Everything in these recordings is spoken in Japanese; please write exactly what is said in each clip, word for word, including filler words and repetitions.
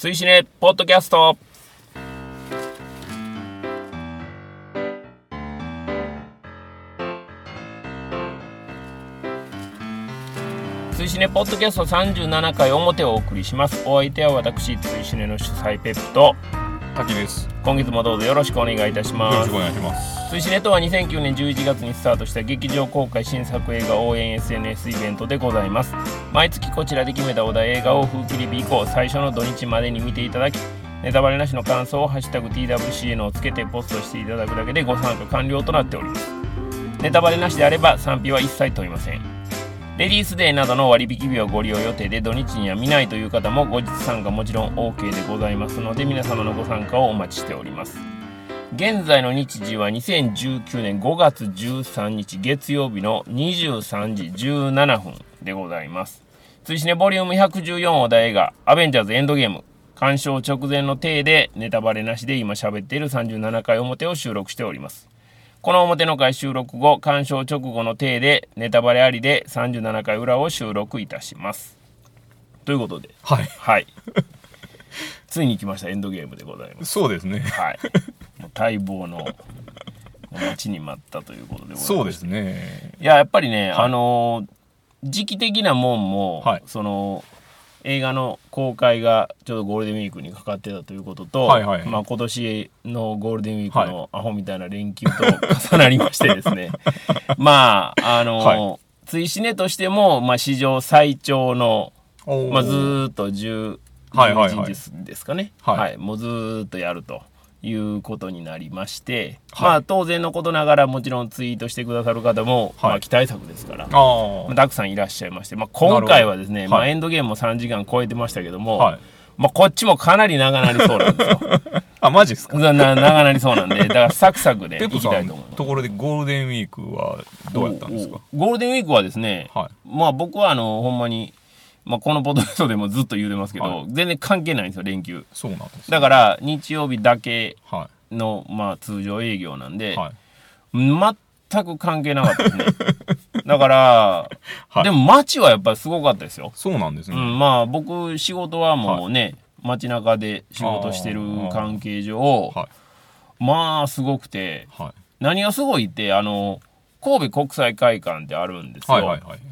追試ねポッドキャスト。追試ねポッドキャストさんじゅうななかい表をお送りします。お相手は私追試ねの主催ペップと滝です。 今月もどうぞよろしくお願いいたします。 よろしくお願いします。 追試ねとはにせんきゅうねんじゅういちがつにスタートした劇場公開新作映画応援 エスエヌエス イベントでございます。毎月こちらで決めたお題映画を風切り日以降最初の土日までに見ていただき、ネタバレなしの感想をハッシュタグ ティーダブリューシーエヌ をつけてポストしていただくだけでご参加完了となっております。ネタバレなしであれば賛否は一切問いません。レディースデーなどの割引日をご利用予定で土日には見ないという方も後日参加もちろん OK でございますので、皆様のご参加をお待ちしております。現在の日時はにせんじゅうきゅうねんごがつじゅうさんにち月曜日のにじゅうさんじじゅうななふんでございます。追試ねボリュームひゃくじゅうよんお題映画アベンジャーズエンドゲーム鑑賞直前の体でネタバレなしで今喋っているさんじゅうななかい表を収録しております。この表の回収録後、鑑賞直後の体でネタバレありでさんじゅうななかい裏を収録いたします。ということで、 はい、 はい、ついに来ましたエンドゲームでございます。 そうですね。 はい、もう待望の待ちに待ったということでございます。 そうですね。 いややっぱりね、はい、あの時期的なもんも、はい、その映画の公開がちょうどゴールデンウィークにかかってたということと、はいはいはい、まあ、今年のゴールデンウィークのアホみたいな連休と重なりましてですね、はい、まああの、はい、追試ねとしても、まあ、史上最長の、まあ、ずっとじゅういちにちですかね、はいはいはい、もうずっとやるということになりまして、はい、まあ当然のことながらもちろんツイートしてくださる方も、はい、まあ、期待作ですから、まあ、たくさんいらっしゃいまして、まあ、今回はですね、まあ、エンドゲームもさんじかん超えてましたけども、はい、まあ、こっちもかなり長なりそうなんですよ。 あ、マジですか？ な長なりそうなんで、だからサクサクでいきたいと思います。 ところでゴールデンウィークはどうやったんですか？ ゴールデンウィークはですね、はい、まあ僕はあのほんまにまあ、このポッドキャストでもずっと言うてますけど、はい、全然関係ないんですよ連休。 そうなんです、ね、 だから日曜日だけの、まあ、通常営業なんで、はい、全く関係なかったですね。だから、はい、でも街はやっぱりすごかったですよ。 そうなんですね、 うん、まあ僕仕事はもうね、はい、街中で仕事してる関係上、はい、まあすごくて、はい、何がすごいってあの神戸国際会館ってあるんですよ、はいはいはい、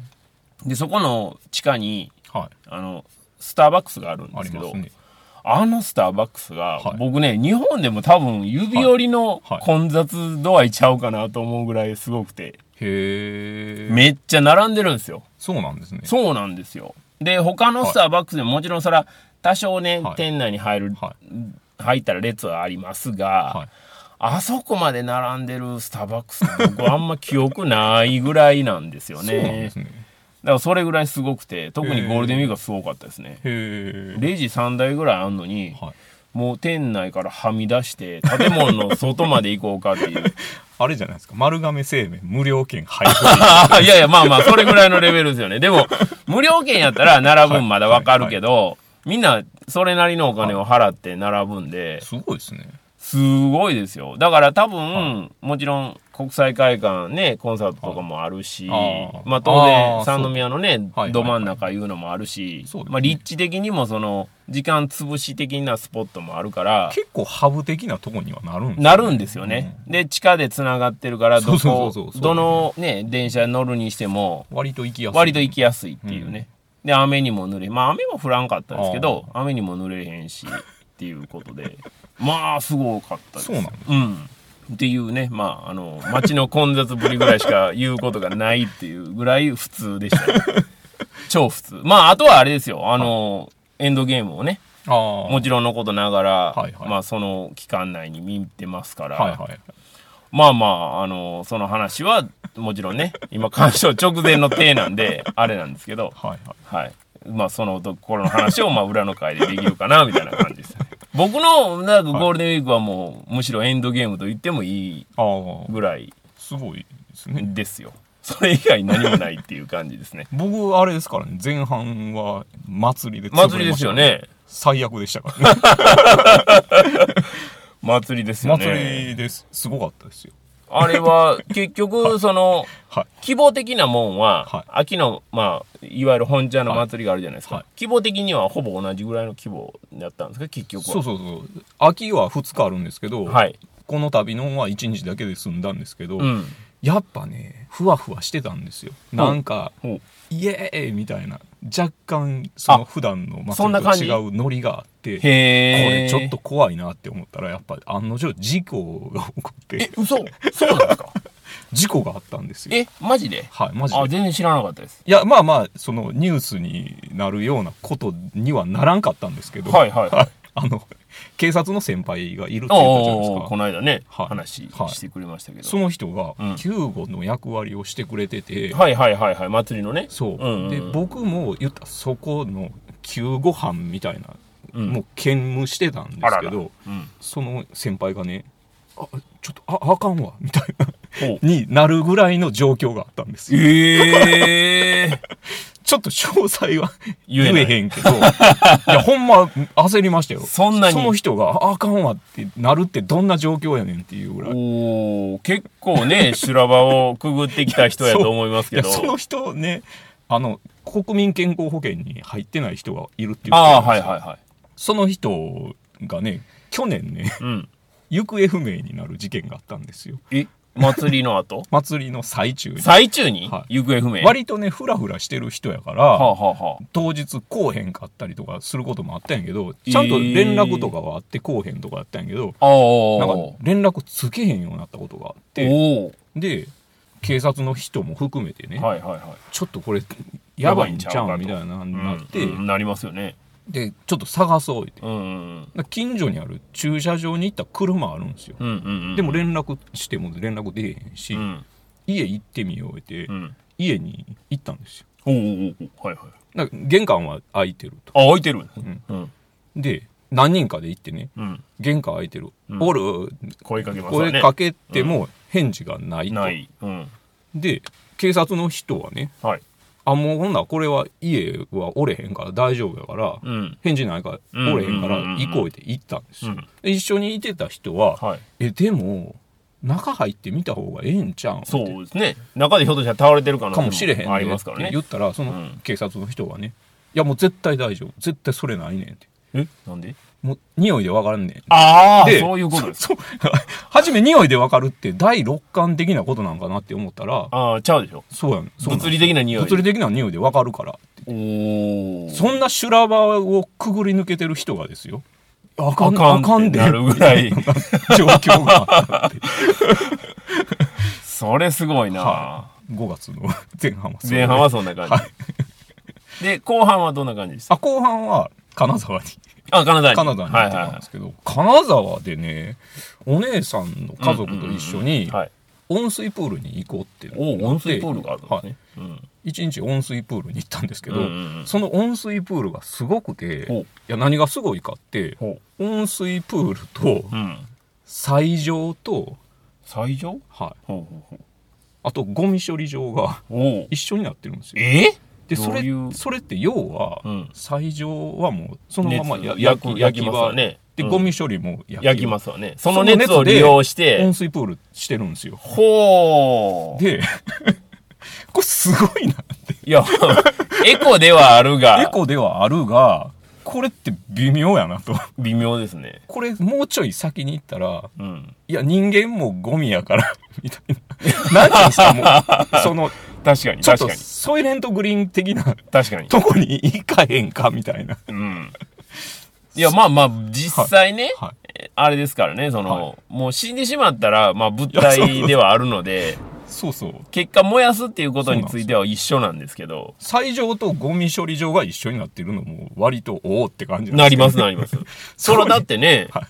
でそこの地下に、はい、あのスターバックスがあるんですけど、 あ,、ね、あのスターバックスが、はい、僕ね日本でも多分指折りの混雑度合いちゃうかなと思うぐらいすごくて、 へー、 めっちゃ並んでるんですよ。 そうなんですね。 そうなんですよ。で他のスターバックスでももちろんそら多少ね、はい、店内に入る、はい、入ったら列はありますが、はい、あそこまで並んでるスターバックス僕あんま記憶ないぐらいなんですよね。 そうなんですね。 だからそれぐらいすごくて、特にゴールデンウィークはすごかったですね。 へー、 レジさんだいぐらいあんのに、はい、もう店内からはみ出して建物の外まで行こうかっていうあれじゃないですか、丸亀製麺無料券配布いやいやまあまあそれぐらいのレベルですよね。でも無料券やったら並ぶんまだわかるけど、はいはいはい、みんなそれなりのお金を払って並ぶんで、 はい、すごいですね。 すごいですよ。だから多分、はい、もちろん国際会館ねコンサートとかもあるし、はい、まあ当然三宮のねど真ん中いうのもあるし、はいはいはい、まあ、立地的にもその時間潰し的なスポットもあるから結構ハブ的なとこにはなるんです、ね、 なるんですよね、うん、で地下でつながってるからどこどのね電車に乗るにしても割と行きやすい割と行きやすいっていうね、うん、で雨にも濡れまあ雨は降らんかったですけど雨にも濡れへんしっていうことでまあすごかったです。 そうなんです、 うん、っていうね、まああの街の混雑ぶりぐらいしか言うことがないっていうぐらい普通でした、ね、超普通。まああとはあれですよ、あの、はい、エンドゲームをねあもちろんのことながら、はいはい、まあその期間内に見てますから、はいはい、まあまああのその話はもちろんね今鑑賞直前の体なんであれなんですけど、はいはいはい、まあそのところの話をまあ裏の回でできるかなみたいな感じですね。僕のなんかゴールデンウィークはもうむしろエンドゲームと言ってもいいぐらいすごいですね。 ですよ。それ以外何もないっていう感じですね。 僕あれですからね、前半は祭りで祭りですよね。 最悪でしたからね。 祭りですよね。 祭りです。すごかったですよ。 あれは結局その、 はい、 規模的なもんは、 はい、 秋のまあいわゆる本茶の祭りがあるじゃないですか、 はい、 規模的にはほぼ同じぐらいの規模やったんですか結局は。 そうそうそう、秋はふつかあるんですけど、 はい、 この旅のはいちにちだけで済んだんですけど、 うん、 やっぱねふわふわしてたんですよ。なんかイエーイみたいな、若干その普段の祭りと違うノリがあって、これちょっと怖いなって思ったら、やっぱり案の定事故が起こって。 え、嘘？そうなんですか？ 事故があったんですよ。 え、マジで？ はい、マジで。 あ、全然知らなかったです。 いや、まあまあそのニュースになるようなことにはならんかったんですけど、 はいはいはい。 あの警察の先輩がいるって言ったじゃないですか。 この間ね、 はい、 話してくれましたけど、 その人が救護の役割をしてくれてて、 うん、はいはいはいはい、祭りのね。 そう、 うんうん、 で僕も言ったそこの救護班みたいな、 うん、 もう兼務してたんですけど、 うん、 その先輩がね、あちょっと あ, あかんわみたいなになるぐらいの状況があったんですよ。 えーちょっと詳細は言えへんけど、いやほんま焦りましたよ。 そんなにその人がああかんわってなるってどんな状況やねんっていうぐらい。 お結構ね修羅場をくぐってきた人やと思いますけど、 そ, その人ね、あの国民健康保険に入ってない人がいるっていう。 ああはいはいはい。 その人がね去年ね、うん、行方不明になる事件があったんですよ。 え祭りの後祭りの最中に最中に、はい、行方不明。 割とねフラフラしてる人やから、 はあはあはあ、 当日来おへんかったりとかすることもあったんやけど、ちゃんと連絡とかはあって来おへんとかあったんやけど、えー、なんか連絡つけへんようになったことがあって、で警察の人も含めてね、 はいはいはい、 ちょっとこれやばいんちゃうんみたいなになって、 うんうん、なりますよね。 でちょっと探そうって、 うんうんうん、 近所にある駐車場に行った車あるんですよ、 うんうんうん、 でも連絡しても連絡出えへんし、うん、家行ってみようって、うん、家に行ったんですよ。 おうおうおう、はいはい、 なんか玄関は開いてると。 あ、開いてる、 うんうん、で何人かで行ってね、うん、玄関開いてる、うん、おる声かけますね。 声かけても返事がないと、 ない、うん、 で警察の人はね、はい、あもうほんならこれは家はおれへんから大丈夫やから、うん、返事ないからおれへんから行こうって言ったんですよ、うん、で一緒にいてた人は、はい、えでも中入ってみた方がええんちゃうんって。 そうですね、中でひょっとしたら倒れてるかなかもしれへんありますからねって言ったら、その警察の人がね、いやもう絶対大丈夫、絶対それないねんって。 えなんで？ もう匂いで分からんねん。 ああそういうことですか。 初め匂いで分かるって第六感的なことなんかなって思ったら、 ああちゃうでしょ。 そうやん、そう物理的な匂い物理的な匂いで分かるからって。おそんな修羅場をくぐり抜けてる人がですよ、あかんあかんでなるぐらい状況があってそれすごいな、はあ、ごがつの前半はそ前半はそんな感じ、はい、で後半はどんな感じですか？ あ後半は金沢にあ金沢に金沢に行ってたんですけど、はいはいはい、金沢でねお姉さんの家族と一緒に温水プールに行こうってなって、 お温水プールがあるんですね、はい、うん、 一日温水プールに行ったんですけど、うんうんうん、その温水プールがすごくて、いや何がすごいかって温水プールと斎場と斎場、 はい、ほうほうほう、あとゴミ処理場が一緒になってるんですよ。 えでそれそれって要は斎場はもうそのままや焼き焼きますわね。 でゴミ処理も焼き, 焼きますわね。その熱を利用して温水プールしてるんですよ。 ほうでこれすごいなって。 いやエコではあるがエコではあるがこれって微妙やなと。 微妙ですね。 これもうちょい先に行ったら、うん、いや人間もゴミやからみたいな。何ですかもうその確かにちょっとソイレントグリーン的な確かにとこに行かへんかみたいな、うん、 いやまあまあ実際ね、はいはい、あれですからねその、はい、もう死んでしまったら、まあ、物体ではあるのでそうそう結果燃やすっていうことについては一緒なんですけど、 斎場とゴミ処理場が一緒になってるのも割とおおって感じなんです、ね、なりますなりますそれだってね、はい、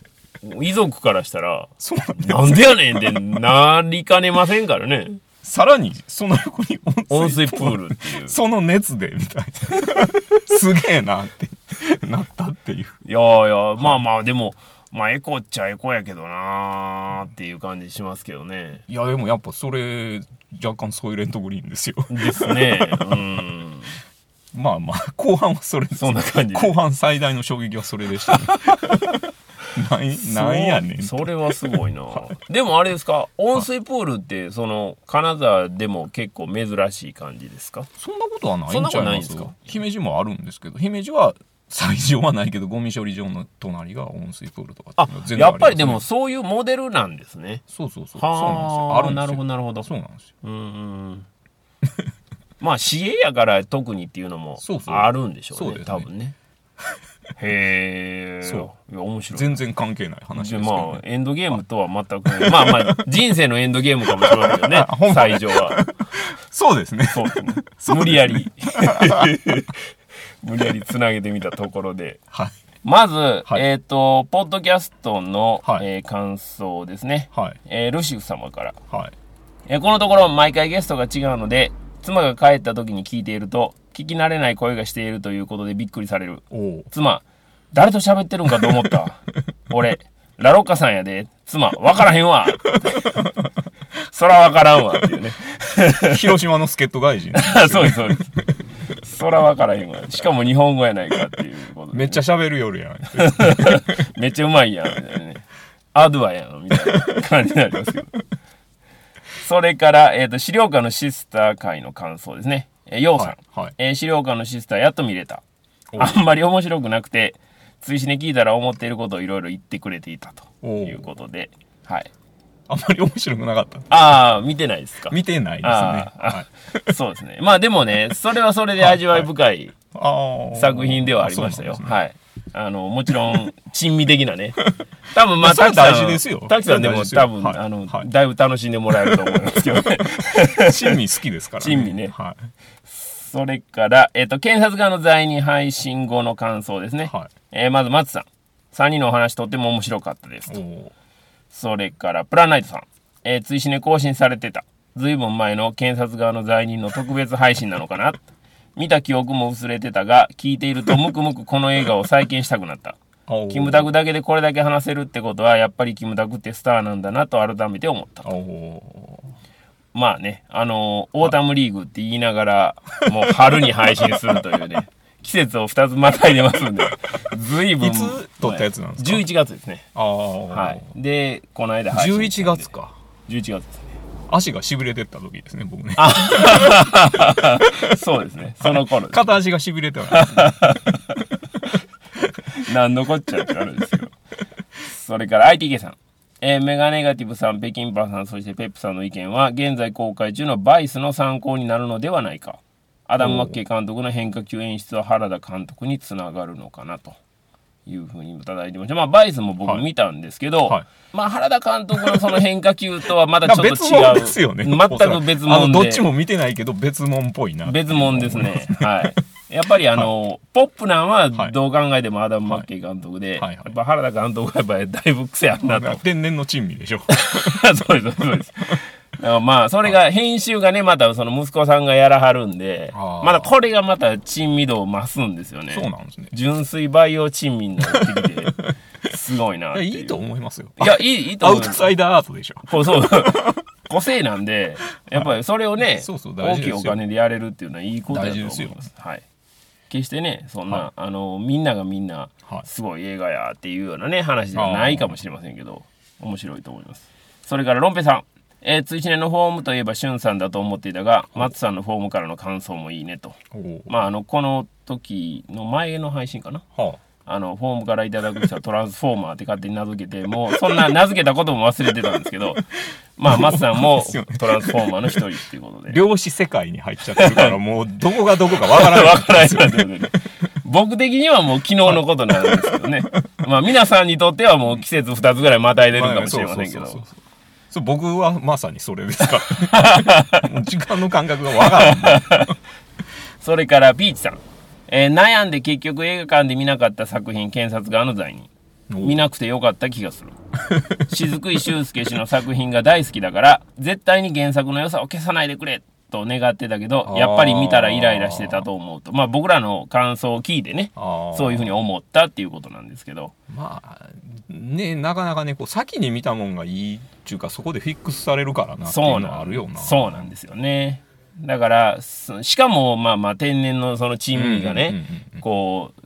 遺族からしたらなんでやねんってなりかねませんからね。 さらにその横に温水プールっていうその熱でみたいなすげえなってなったっていう。 いやいやまあまあでもまあエコっちゃエコやけどなーっていう感じしますけどね。 いやでもやっぱそれ若干ソイレントグリーンですよ。 ですね。うんまあまあ後半はそれです。 そんな感じ。 後半最大の衝撃はそれでしたね。 なんなんやねんそ。それはすごいな。でもあれですか、温水プールってその金沢でも結構珍しい感じですか？ そんなことはないんちゃいますか。姫路もあるんですけど、姫路は斎場はないけどゴミ処理場の隣が温水プールとかっていうのは全然ありますね。やっぱりでもそういうモデルなんですね。 そうそうそう。そうなんですよ。あるんですよ。 なるほどなるほど。 そうなんですよ。 うんうんまあ市営やから特にっていうのもあるんでしょうね。そうそうそうですね、多分ね。へえ。そう。いや面白い。 全然関係ない話ですけど、ね。 まあエンドゲームとは全くまあまあ人生のエンドゲームかもしれないけどね。最上は。 そうですね。 そうですね。無理やり無理やりつなげてみたところで。はい。まず、はい、えっ、ー、とポッドキャストの、はいえー、感想ですね。はい。えー、ルシフ様から。はい。えー、このところ毎回ゲストが違うので。妻が帰った時に聞いていると聞き慣れない声がしているということでびっくりされる。妻、誰と喋ってるんかと思った。俺、ラロッカさんやで。妻、わからへんわ。そらわからんわっていうね。 広島の助っ人外人、ね。 そうですそうです。そらわからへんわ。しかも日本語やないかっていうことで、ね。 めっちゃ喋る夜やん。 めっちゃうまいやんみたいなね。アドアやんみたいな感じになりますけど。それから、えっ、ー、と、資料館のシスター会の感想ですね。えー、ようさん。はいはい、えー、資料館のシスターやっと見れた。あんまり面白くなくて、追試ね聞いたら思っていることをいろいろ言ってくれていたということで、はい。 あんまり面白くなかった。 ああ、見てないですか。 見てないですね。はい、そうですね。まあでもね、それはそれで味わい深い作品ではありましたよ。はい、はい。あの、もちろん、珍味的なね。多分まあ、滝さん、滝さんでも多分、はい、あの、はい、だいぶ楽しんでもらえると思いますけどね。 珍味好きですからね。 珍味ね。はい。それから、えっ、ー、と、検察側の罪人配信後の感想ですね。はい。えー、まず、松さん。さんにんのお話とっても面白かったですと。それから、プランナイトさん。えー、追試ね更新されてた。ずいぶん前の検察側の罪人の特別配信なのかな。見た記憶も薄れてたが、聞いているとムクムクこの映画を再建したくなった。キムタクだけでこれだけ話せるってことは、やっぱりキムタクってスターなんだなと改めて思ったと。まあね、あのー、オータムリーグって言いながら、もう春に配信するというね、季節をふたつまたいでますんで、ずいぶん。 いつ撮ったやつなんですか？ じゅういちがつですね。ああ。はい。で、この間配信。 じゅういちがつか。 じゅういちがつですね。 足がしびれてった時ですね、僕ね。 そうですね、その頃です。 片足がしびれてた、ね。 何のこっちゃってあるんですよ。それから アイティーケー さん。えー、メガネガティブさん、北京パンさん、そしてペップさんの意見は、現在公開中のバイスの参考になるのではないか。アダム・マッケイ監督の変化球演出は原田監督につながるのかなというふうにいただいてました。まあ、バイスも僕見たんですけど、はいはい、まあ、原田監督のその変化球とはまだちょっと違う。 別物ですよね。 全く別物で。 どっちも見てないけど別物っぽいな。 別物ですね。はい。やっぱりあの、はい、ポップなんはどう考えてもアダム・マッケイ監督で、はいはいはい、やっぱ原田監督がやっぱりだいぶ癖あるなと。 天然の珍味でしょ。 そうです、そうです。まあ、それが、編集がね、またその息子さんがやらはるんで、まだこれがまた珍味度を増すんですよね。 そうなんですね。 純粋培養珍味になってきて、すごいなっていう。 いや、いいと思いますよ。 いや、いい、いいと思います。 アウトサイダーアートでしょ。 こう、そう。個性なんで、やっぱりそれをね、そうそう大きいお金でやれるっていうのはいいことだと思います。大事ですよ。はい。決してね、そんな、はい、あの、みんながみんな、すごい映画やっていうようなね、話ではないかもしれませんけど、面白いと思います。それから、ロンペさん。えー、追試ねのフォームといえばしゅんさんだと思っていたが、松さんのフォームからの感想もいいねと。まあ、あの、この時の前の配信かな。はあ、あの、フォームからいただく人はトランスフォーマーって勝手に名付けて、もうそんな名付けたことも忘れてたんですけど、まあ、松さんもトランスフォーマーの一人っていうことで。 量子世界に入っちゃってるから、もうどこがどこかわからない。 わからないなってことで。僕的にはもう昨日のことなんですけどね。まあ、皆さんにとってはもう季節二つぐらいまたいでるかもしれませんけど。 そう僕はまさにそれですからもう時間の感覚がわからないそれからピーチさん、えー、悩んで結局映画館で見なかった作品検察側の罪人見なくてよかった気がする雫井修介氏の作品が大好きだから絶対に原作の良さを消さないでくれと願ってたけどやっぱり見たらイライラしてたと思うとまあ僕らの感想を聞いてねそういうふうに思ったっていうことなんですけどまあねなかなかねこう先に見たもんがいいっていうかそこでフィックスされるからなっていうのはあるよなそうなんですよねだからしかもまあまあ天然のその珍味がねこう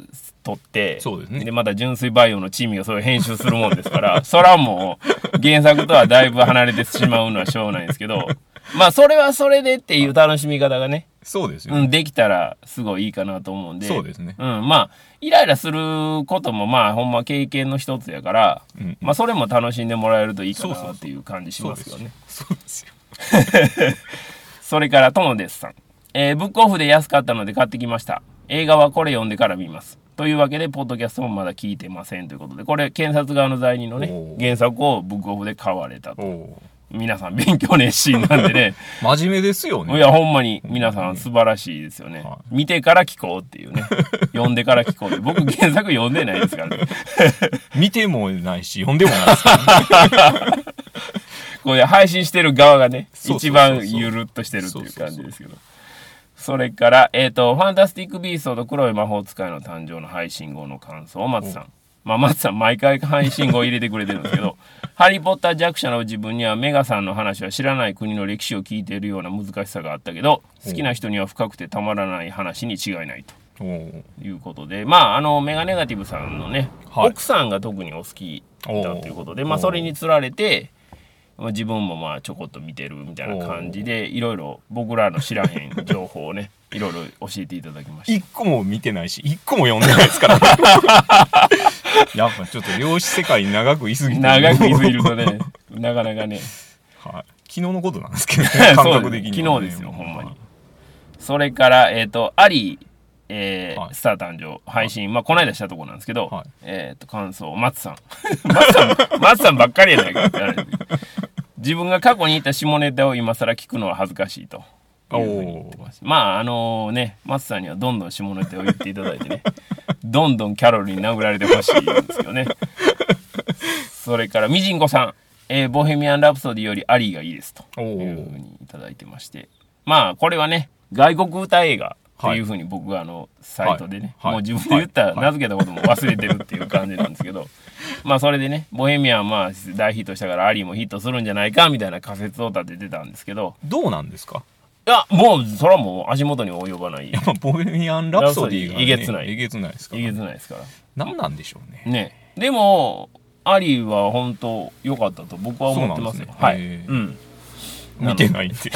撮って、 そうですね。 で、また純粋バイオのチームがそれを編集するもんですから、それはもう原作とはだいぶ離れてしまうのはしょうがないんですけど、まあそれはそれでっていう楽しみ方がね、 そうですよ、 ね、うん、できたらすごいいいかなと思うんで、 そうですね。 うん、まあイライラすることもまあほんま経験の一つやから、うん、まあそれも楽しんでもらえるといいかなっていう感じしますよね。 そうですよ。 それからトノデスさん、えー、ブックオフで安かったので買ってきました。映画はこれ読んでから見ます。というわけでポッドキャストもまだ聞いてませんということで、これ検察側の罪人のね原作をブックオフで買われたと。皆さん勉強熱心なんでね真面目ですよね。 いやほんまに皆さん素晴らしいですよね、はい、見てから聞こうっていうね読んでから聞こうって僕原作読んでないですからね見てもないし読んでもないですからねこれ配信してる側がね一番ゆるっとしてるっていう感じですけど、それからえっ、ー、とファンタスティックビーストと黒い魔法使いの誕生の配信後の感想を松さん、まあ、松さん毎回配信後入れてくれてるんですけどハリーポッター弱者の自分にはメガさんの話は知らない国の歴史を聞いているような難しさがあったけど、好きな人には深くてたまらない話に違いないということで、まああのメガネガティブさんのね、はい、奥さんが特にお好きだということで、まあそれにつられて自分もまあちょこっと見てるみたいな感じで、いろいろ僕らの知らへん情報をねいろいろ教えていただきました。 一個も見てないし一個も読んでないですからやっぱちょっと量子世界に長くいすぎて長くいすぎるとねなかなかね、 はい、昨日のことなんですけど、ね、感覚的に、 ね、昨日ですよほんまに。それからえっ、ー、とアリー、えーはい、スター誕生配信、まあこの間したところなんですけど、はい、えっ、ー、と感想松さん松さん松さんばっかりやないかって自分が過去に言った下ネタを今更聞くのは恥ずかしいというふうに言ってます。まああのね松さんにはどんどん下ネタを言っていただいてねどんどんキャロルに殴られてほしいんですよねそれからミジンコさん、えー、ボヘミアン・ラプソディよりアリーがいいですというふうにいただいてまして、まあこれはね外国歌映画というふうに僕があのサイトでね、はい、もう自分で言った、はい、名付けたことも忘れてるっていう感じなんですけどまあそれでねボヘミアンまあ大ヒットしたからアリーもヒットするんじゃないかみたいな仮説を立ててたんですけど、 どうなんですか。 いやもうそれはもう足元に及ばない。 やっぱボヘミアン・ラプソディが、ね、 えげつないえげつないですから、 えげつないですから何なんでしょうね。 ねでもアリーは本当良かったと僕は思ってますよ。 そうなんですね。 はい、うん、 見てないって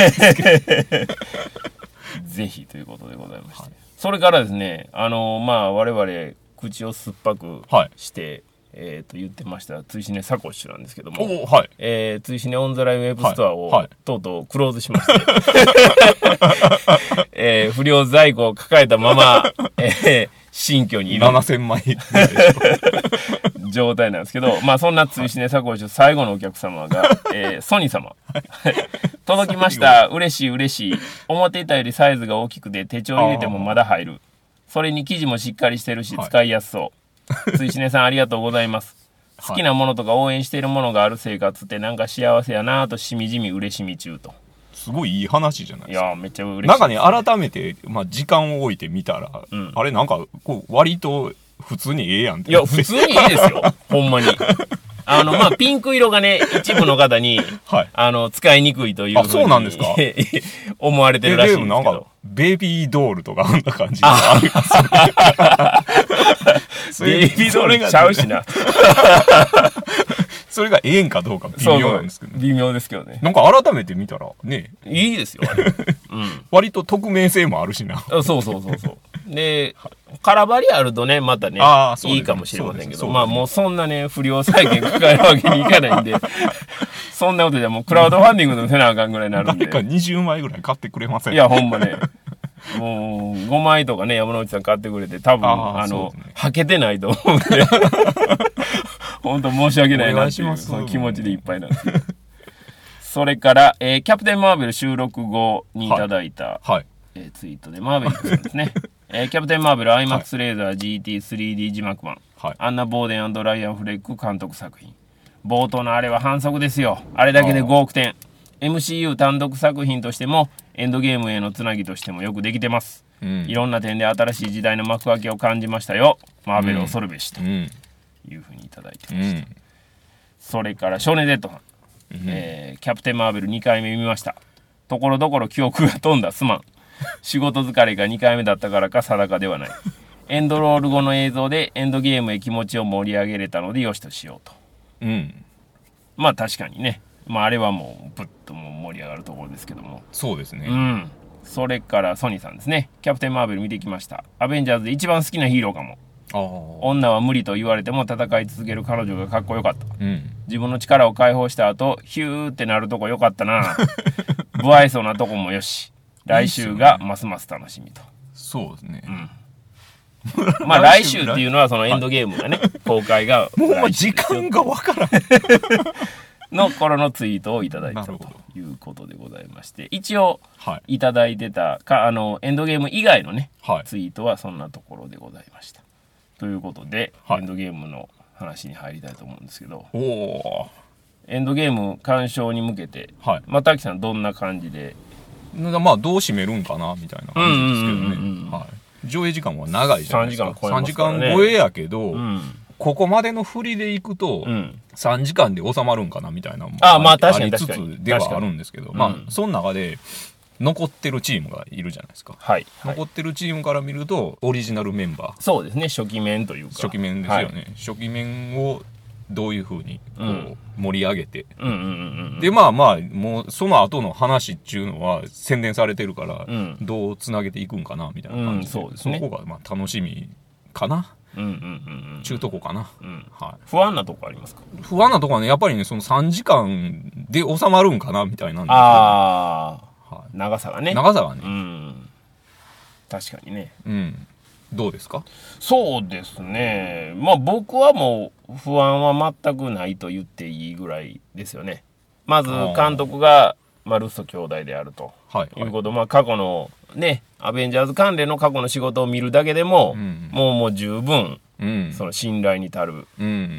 ぜひということでございまして、はい、それからですねあのまあ我々口を酸っぱくして、はい、えー、と言ってました追試ねサコッシュなんですけども、 はい、 えー、追試ねオンザラインウェブストアを、はいはい、とうとうクローズしまして、えー、不良在庫を抱えたまま、えー、新居にいるななせんまい状態なんですけど、まあそんな追試ねサコッシュ最後のお客様が、えー、ソニー様届きました嬉しい嬉しい思っていたよりサイズが大きくて手帳入れてもまだ入る、それに生地もしっかりしてるし使いやすそう、ついしねさんありがとうございます。好きなものとか応援しているものがある生活ってなんか幸せやなとしみじみ嬉しみ中と。 すごいいい話じゃないですか。 いやめっちゃ嬉しい、ね、 なんかね改めて、まあ、時間を置いてみたら、うん、あれなんかこう割と普通にええやんって。 いや普通にいいですよほんまにあのまあピンク色がね一部の方に、はい、あの使いにくいというふうにあそうなんですか思われてるらしいんですけど、 でもなんかベビードールとかあんな感じがあるんですよねベビードールちゃうしなそれがええんかどうか微妙なんですけど、ね、 微妙ですけどね。 なんか改めて見たらねいいですよあれ、うん、 割と匿名性もあるしなそうそうそうそうで空張りあるとねまたねいいかもしれませんけど、まあもうそんなね不良債権抱えるわけにいかないんでそんなことじゃもうクラウドファンディングのせなあかんぐらいになるんで誰かにじゅうまいぐらい買ってくれません？ いやほんまねもうごまいとかね山之内さん買ってくれて多分あ, あの、ね、はけてないと思うんで本当申し訳ないなっていうその気持ちでいっぱいなんですけどそれから、えー、キャプテンマーベル収録後にいただいた、はいはい、えー、ツイートでマーベリックさんですねえー、キャプテンマーベル アイマックス レーザー ジーティースリーディー 字幕版、はい、アンナ・ボーデン&ライアン・フレック監督作品冒頭のあれは反則ですよ。あれだけでごおくてん エムシーユー 単独作品としてもエンドゲームへのつなぎとしてもよくできてます、うん、いろんな点で新しい時代の幕開けを感じましたよ。マーベル恐るべしというふうにいただいてました、うん、それから少年 Z さん、うん、えー、キャプテンマーベルにかいめ見ました。ところどころ記憶が飛んだすまん仕事疲れがにかいめだったからか定かではないエンドロール後の映像でエンドゲームへ気持ちを盛り上げれたのでよしとしようと。 うん。 まあ確かにね。まああれはもうぶっともう盛り上がるところですけども。 そうですね。 うん。それからソニーさんですね。キャプテンマーベル見てきました。アベンジャーズで一番好きなヒーローかも。女は無理と言われても戦い続ける彼女がかっこよかった、うん、自分の力を解放した後ヒューってなるとこよかったな不愛想なとこもよし、来週がますます楽しみと。 そうですね、 うん、まあ来週っていうのはそのエンドゲームがね公開がもう時間がわからんの頃のツイートをいただいたということでございまして、一応いただいてたかあのエンドゲーム以外のね、はい、ツイートはそんなところでございましたということで、はい、エンドゲームの話に入りたいと思うんですけど、おエンドゲーム鑑賞に向けて、はい、またきさんどんな感じで、 まあどう締めるんかなみたいな感じですけどね、はい、上映時間は長いじゃないですか。さんじかん超えますからね。さんじかん超えやけど、うん、ここまでの振りでいくと、うん、さんじかんで収まるんかなみたいなのもありつつではあるんですけど、まあその中で残ってるチームがいるじゃないですか、はいはい、残ってるチームから見るとオリジナルメンバー、 そうですね、初期面というか初期面ですよね、はい、初期面をどういう風にこう盛り上げて、うんうんうんうん、でまあまあもうその後の話っていうのは宣伝されてるから、うん、どうつなげていくんかなみたいな感じで、うん、そうですね、そこがまあ楽しみかな、うんうんうんうん、中とこかな、うんはい、不安なとこありますか？ 不安なとこはね、やっぱりね、そのさんじかんで収まるんかなみたいなんですよ。 ああはい、長さがね長さがね、 うん、確かにね、 うん、どうですか？ そうですね、まあ僕はもう不安は全くないと言っていいぐらいですよね。まず監督が、まあ、ルッソ兄弟であると、はい、いうこと、まあ過去のねアベンジャーズ関連の過去の仕事を見るだけでも、うん、もうもう十分、うん、その信頼に足る、うん、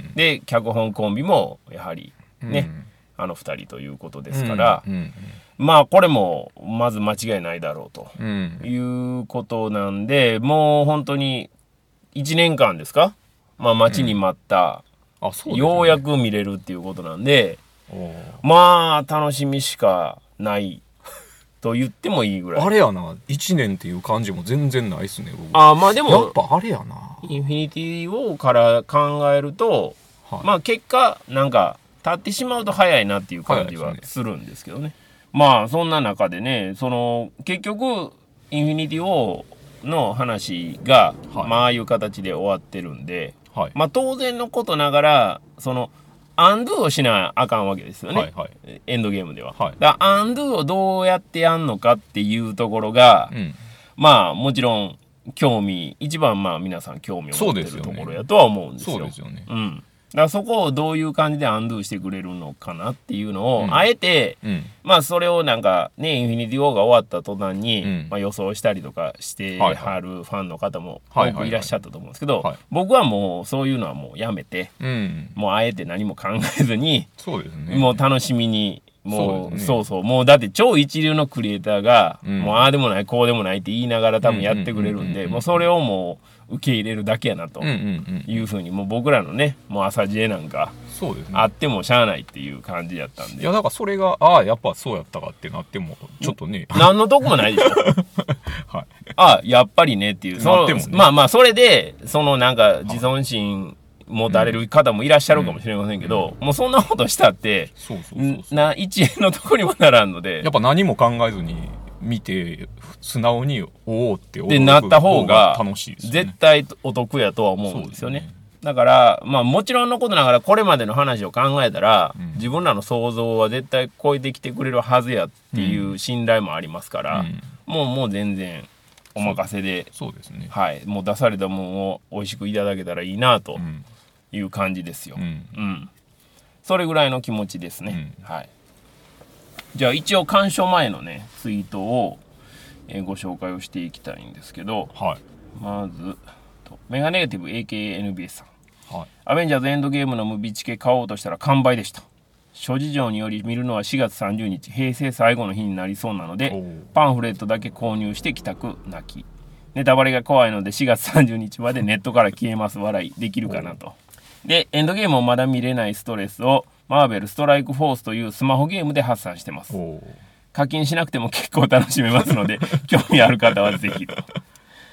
で脚本コンビもやはりね、うん、あのふたりということですから、うんうんうん、まあこれもまず間違いないだろうということなんで、うん、もう本当にいちねんかんですか、まあ待ちに待った、うんあそうですね、ようやく見れるっていうことなんで、まあ楽しみしかないと言ってもいいぐらい。 あれやな、いちねんっていう感じも全然ないっすね僕。 あまあでもやっぱあれやな、 インフィニティ・ウォーから考えると、はい、まあ結果なんか経ってしまうと早いなっていう感じはするんですけどね。まあそんな中でね、その結局インフィニティ・ウォーの話が、はい、まあああいう形で終わってるんで、はい、まあ当然のことながらそのアンドゥをしなあかんわけですよね、はいはい、エンドゲームでは、はい、だからアンドゥをどうやってやんのかっていうところが、うん、まあもちろん興味一番まあ皆さん興味を持ってるところやとは思うんですよ。 そうですよね、 うん、だからそこをどういう感じでアンドゥしてくれるのかなっていうのを、うん、あえて、うん、まあそれをなんかねインフィニティ・ウォーが終わった途端に、うんまあ、予想したりとかしてはるファンの方も多くいらっしゃったと思うんですけど、はいはいはい、僕はもうそういうのはもうやめて、うん、もうあえて何も考えずに、 そうですね、 もう楽しみにもう そうですね、そうそうもうだって超一流のクリエイターが、うん、もうああでもないこうでもないって言いながら多分やってくれるんで、もうそれをもう受け入れるだけやなというふうに、もう僕らのねもう朝知恵なんかそうですね、あってもしゃあないっていう感じやったんで、 いやだからそれがああやっぱそうやったかってなってもちょっとね何のとこもないでしょ、はい、あやっぱりねっていう、その、ね、まあまあそれでそのなんか自尊心持たれる方もいらっしゃるかもしれませんけど、うん、もうそんなことしたってそうそうそうそうな一円のとこにもならんので、 やっぱ何も考えずに見て素直におおって驚くなった方が楽しいです、ね、絶対お得やとは思うんですよね。そうですね、だからまあもちろんのことながらこれまでの話を考えたら、うん、自分らの想像は絶対超えてきてくれるはずやっていう信頼もありますから、うん、もうもう全然お任せで、 そうですね、 はい、もう出されたものを美味しくいただけたらいいなという感じですよ、うんうん、それぐらいの気持ちですね、うん、はい。じゃあ一応鑑賞前のねツイートを、えー、ご紹介をしていきたいんですけど、はい、まずメガネガティブ エーケーエヌビーエス さん、はい、アベンジャーズエンドゲームのムビチケ買おうとしたら完売でした。諸事情により見るのはしがつさんじゅうにち平成最後の日になりそうなのでパンフレットだけ購入して帰宅泣き、ネタバレが怖いのでしがつさんじゅうにちまでネットから消えます笑いできるかなと。でエンドゲームをまだ見れないストレスをマーベルストライクフォースというスマホゲームで発散してます。課金しなくても結構楽しめますので興味ある方はぜひと。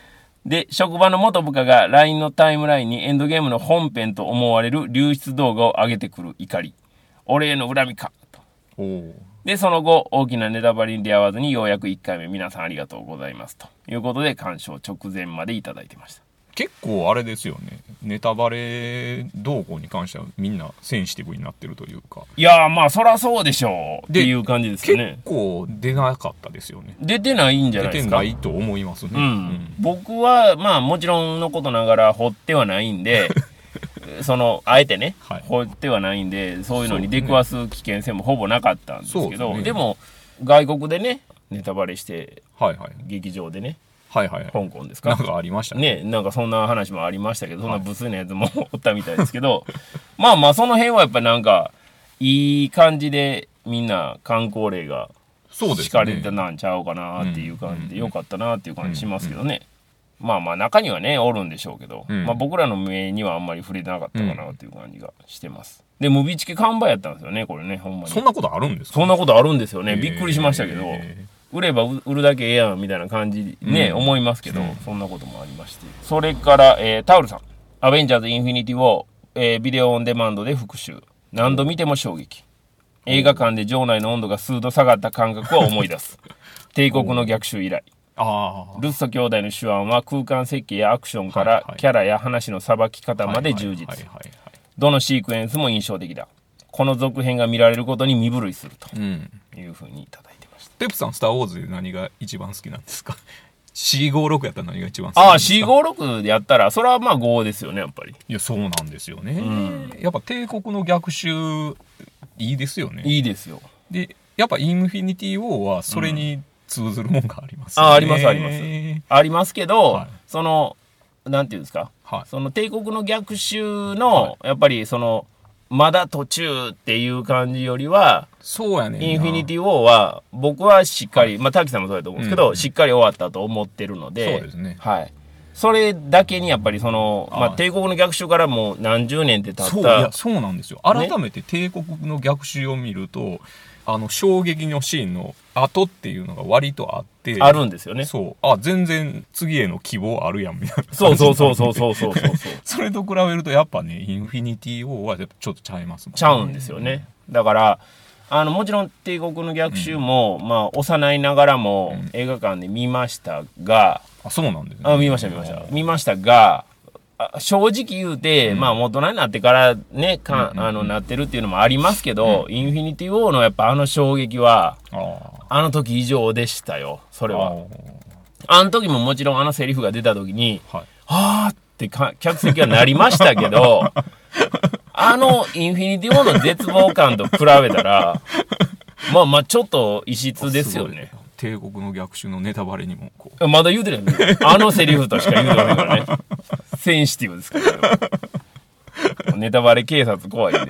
で、職場の元部下が ライン のタイムラインにエンドゲームの本編と思われる流出動画を上げてくる怒り。俺への恨みかと。 おで、その後、大きなネタバレに出会わずにようやくいっかいめ皆さんありがとうございますということで鑑賞直前までいただいてました。 結構あれですよね。ネタバレ動向に関してはみんなセンシティブになってるというか。 いやーまあそらそうでしょうっていう感じですよね。 結構出なかったですよね。 出てないんじゃないですか。 出てないと思いますね。 うんうん、僕はまあもちろんのことながら掘ってはないんでそのあえてね、はい、掘ってはないんでそういうのに出くわす危険性もほぼなかったんですけど、 で, ね、でも外国でねネタバレして、はいはい、劇場でね、 はいはいはい、 香港ですか、 なんかありましたね。 ね、なんかそんな話もありましたけど、そんなブスなやつもおったみたいですけど、まあまあその辺はやっぱなんかいい感じでみんな観光例が敷かれてなんちゃうかなっていう感じでよかったなっていう感じしますけどね。まあまあ中にはねおるんでしょうけど、うん、まあ僕らの目にはあんまり触れてなかったかなっていう感じがしてます。でムビチケ完売やったんですよねこれね、ほんまに。 そんなことあるんですか？ そんなことあるんですよね。びっくりしましたけど、売れば売るだけええやんみたいな感じね、うん、思いますけど、うん、そんなこともありまして。それから、えー、タウルさん、アベンジャーズインフィニティウォー、えー、ビデオオンデマンドで復習。何度見ても衝撃。映画館で場内の温度が数度下がった感覚を思い出す。帝国の逆襲以来。あルッソ兄弟の手腕は空間設計やアクションからキャラや話のさばき方まで充実。どのシークエンスも印象的だ。この続編が見られることに身震いするというふうにいただいてました。 テプさんスターウォーズで何が一番好きなんですか？シーごじゅうろく やったら何が一番好きなんですか？ああ シーごじゅうろく でやったらそれはまあごですよねやっぱり。 いやそうなんですよね、うん、やっぱ帝国の逆襲いいですよね。 いいですよ。 でやっぱインフィニティウォーはそれに通ずるもんがありますね、 うん、あありますありますありますけど、はい、そのなんていうんですか、はい、その帝国の逆襲の、はい、やっぱりそのまだ途中っていう感じよりは、 そうやねんな。 インフィニティウォーは僕はしっかり、まあ滝さんもそうだと思うんですけど、うん、しっかり終わったと思ってるので、 そうですね。 はい。それだけにやっぱりその、まあ帝国の逆襲からもう何十年って経った。 そういやそうなんですよ。改めて帝国の逆襲を見ると、ね、あの衝撃のシーンの後っていうのが割とあって、 あるんですよね。 そう。あ、全然次への希望あるやんみたいな。 そうそうそうそうそうそうそう。 それと比べるとやっぱね、インフィニティウォーはちょっとちゃいますもんね。 ちゃうんですよね。だから、あの、もちろん帝国の逆襲も、うん、まあ、幼いながらも映画館で見ましたが、 うん、あ、そうなんですね。 あ、見ました見ました。見ましたが、正直言うて、うん、まあ大人になってからねか、うんうんうん、あのなってるっていうのもありますけど、うん、インフィニティウォーのやっぱあの衝撃は あ, あの時以上でしたよ。それは あ, あの時ももちろんあのセリフが出た時に、はい、はーってか客席はなりましたけどあのインフィニティウォーの絶望感と比べたらまあまあちょっと異質ですよね。 帝国の逆襲のネタバレにもこうまだ言うてない、ね、あのセリフとしか言うてないからねセンシティブですからネタバレ警察怖いんで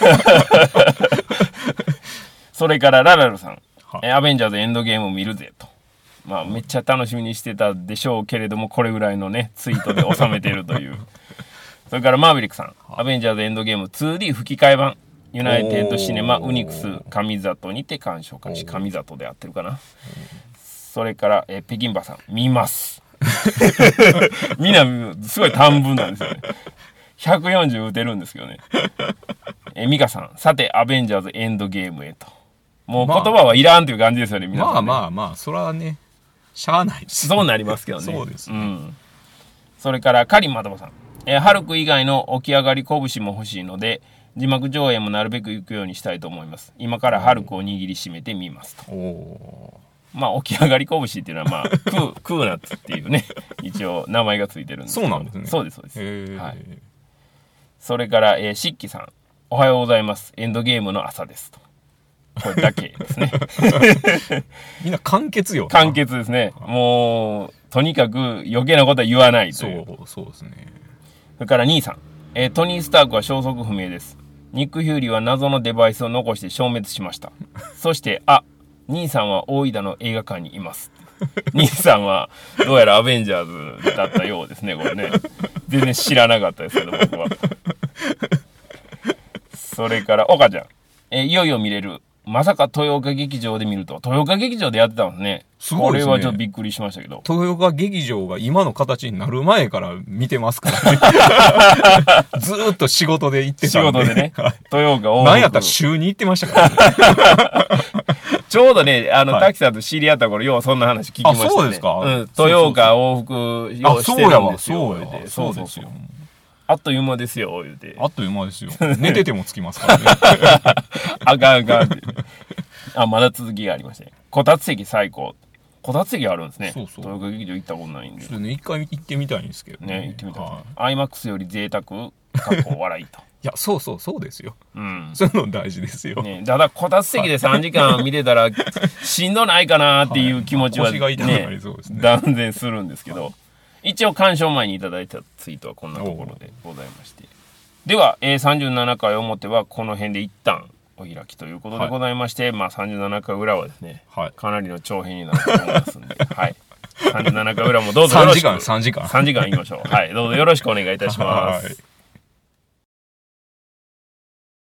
それからララルさん、アベンジャーズエンドゲームを見るぜと、まあめっちゃ楽しみにしてたでしょうけれどもこれぐらいのねツイートで収めてるというそれからマーヴェリックさん、アベンジャーズエンドゲーム ツーディー 吹き替え版ユナイテッドシネマウニクス上里にて鑑賞開始。上里で合ってるかな。それから、えー、北京馬さん見ますみんなすごい短文なんですよね。ひゃくよんじゅう打てるんですけどね。えー、ミカさん、さてアベンジャーズエンドゲームへと。もう言葉はいらんという感じですよね、皆さん、ね。 まあまあまあそれはねしゃあないです、 そうなりますけどね。 そうですね、 うん、それからカリンマトバさん、えー、ハルク以外の起き上がり拳も欲しいので字幕上映もなるべく行くようにしたいと思います。今からハルクを握りしめてみますと。おまあ起き上がり拳っていうのはまあクークーナッツっていうね一応名前がついてるんですけど。 そうなんですね。 そうですそうです。はい。それから、えー、シッキさん、おはようございます。エンドゲームの朝ですと。これだけですね。 みんな簡潔よ。 簡潔ですね。もうとにかく余計なことは言わないという。 そうそうですね。 それから兄さん、えー、トニー・スタークは消息不明です。ニック・ヒューリーは謎のデバイスを残して消滅しました。そして、あ、兄さんは大井田の映画館にいます。兄さんはどうやらアベンジャーズだったようですね、これね。全然知らなかったですけど、僕は。それから、岡ちゃん、えー、いよいよ見れるまさか豊岡劇場で見ると。豊岡劇場でやってたんですね。 すごいですね。 これはちょっとびっくりしましたけど。 豊岡劇場が今の形になる前から見てますからね。ずーっと仕事で行ってたんで。 仕事でね。豊岡往復。 なんやったら週に行ってましたからね。 ちょうどね、あの、 はい、 滝さんと知り合った頃、ようそんな話聞きましたね。 あ、そうですか。 うん。豊岡往復、ようしてるんですよ。 そうやわ。 そうですよ。あっという間ですよ、言うて。 あっという間ですよ。寝ててもつきますからね。 あかんあかんって。あ、まだ続きがありましたね。こたつ席最高。こたつ席あるんですね。そうそう。豊岡劇場行ったことないんで。 ちょっとね、一回行ってみたいんですけどね。ね、行ってみたい。はい、アイマックス より贅沢、かっこ笑いと。 いや、そうそう、そうですよ。うん。そういうの大事ですよ。 ね、ただ、こたつ席でさんじかん見てたら、しんどないかなっていう気持ちは、ね、 腰が痛くなりそうですね。 断然するんですけど、一応鑑賞前にいただいたツイートはこんなところでございまして。では、えー、さんじゅうななかい表はこの辺で一旦お開きということでございまして、はい、まあさんじゅうななかい裏はですね、はい、かなりの長編になると思いますんで、はい。さんじゅうななかい裏もどうぞよろしく。 さんじかん、さんじかん。 さんじかん言いましょう。はい。どうぞよろしくお願いいたします。はい。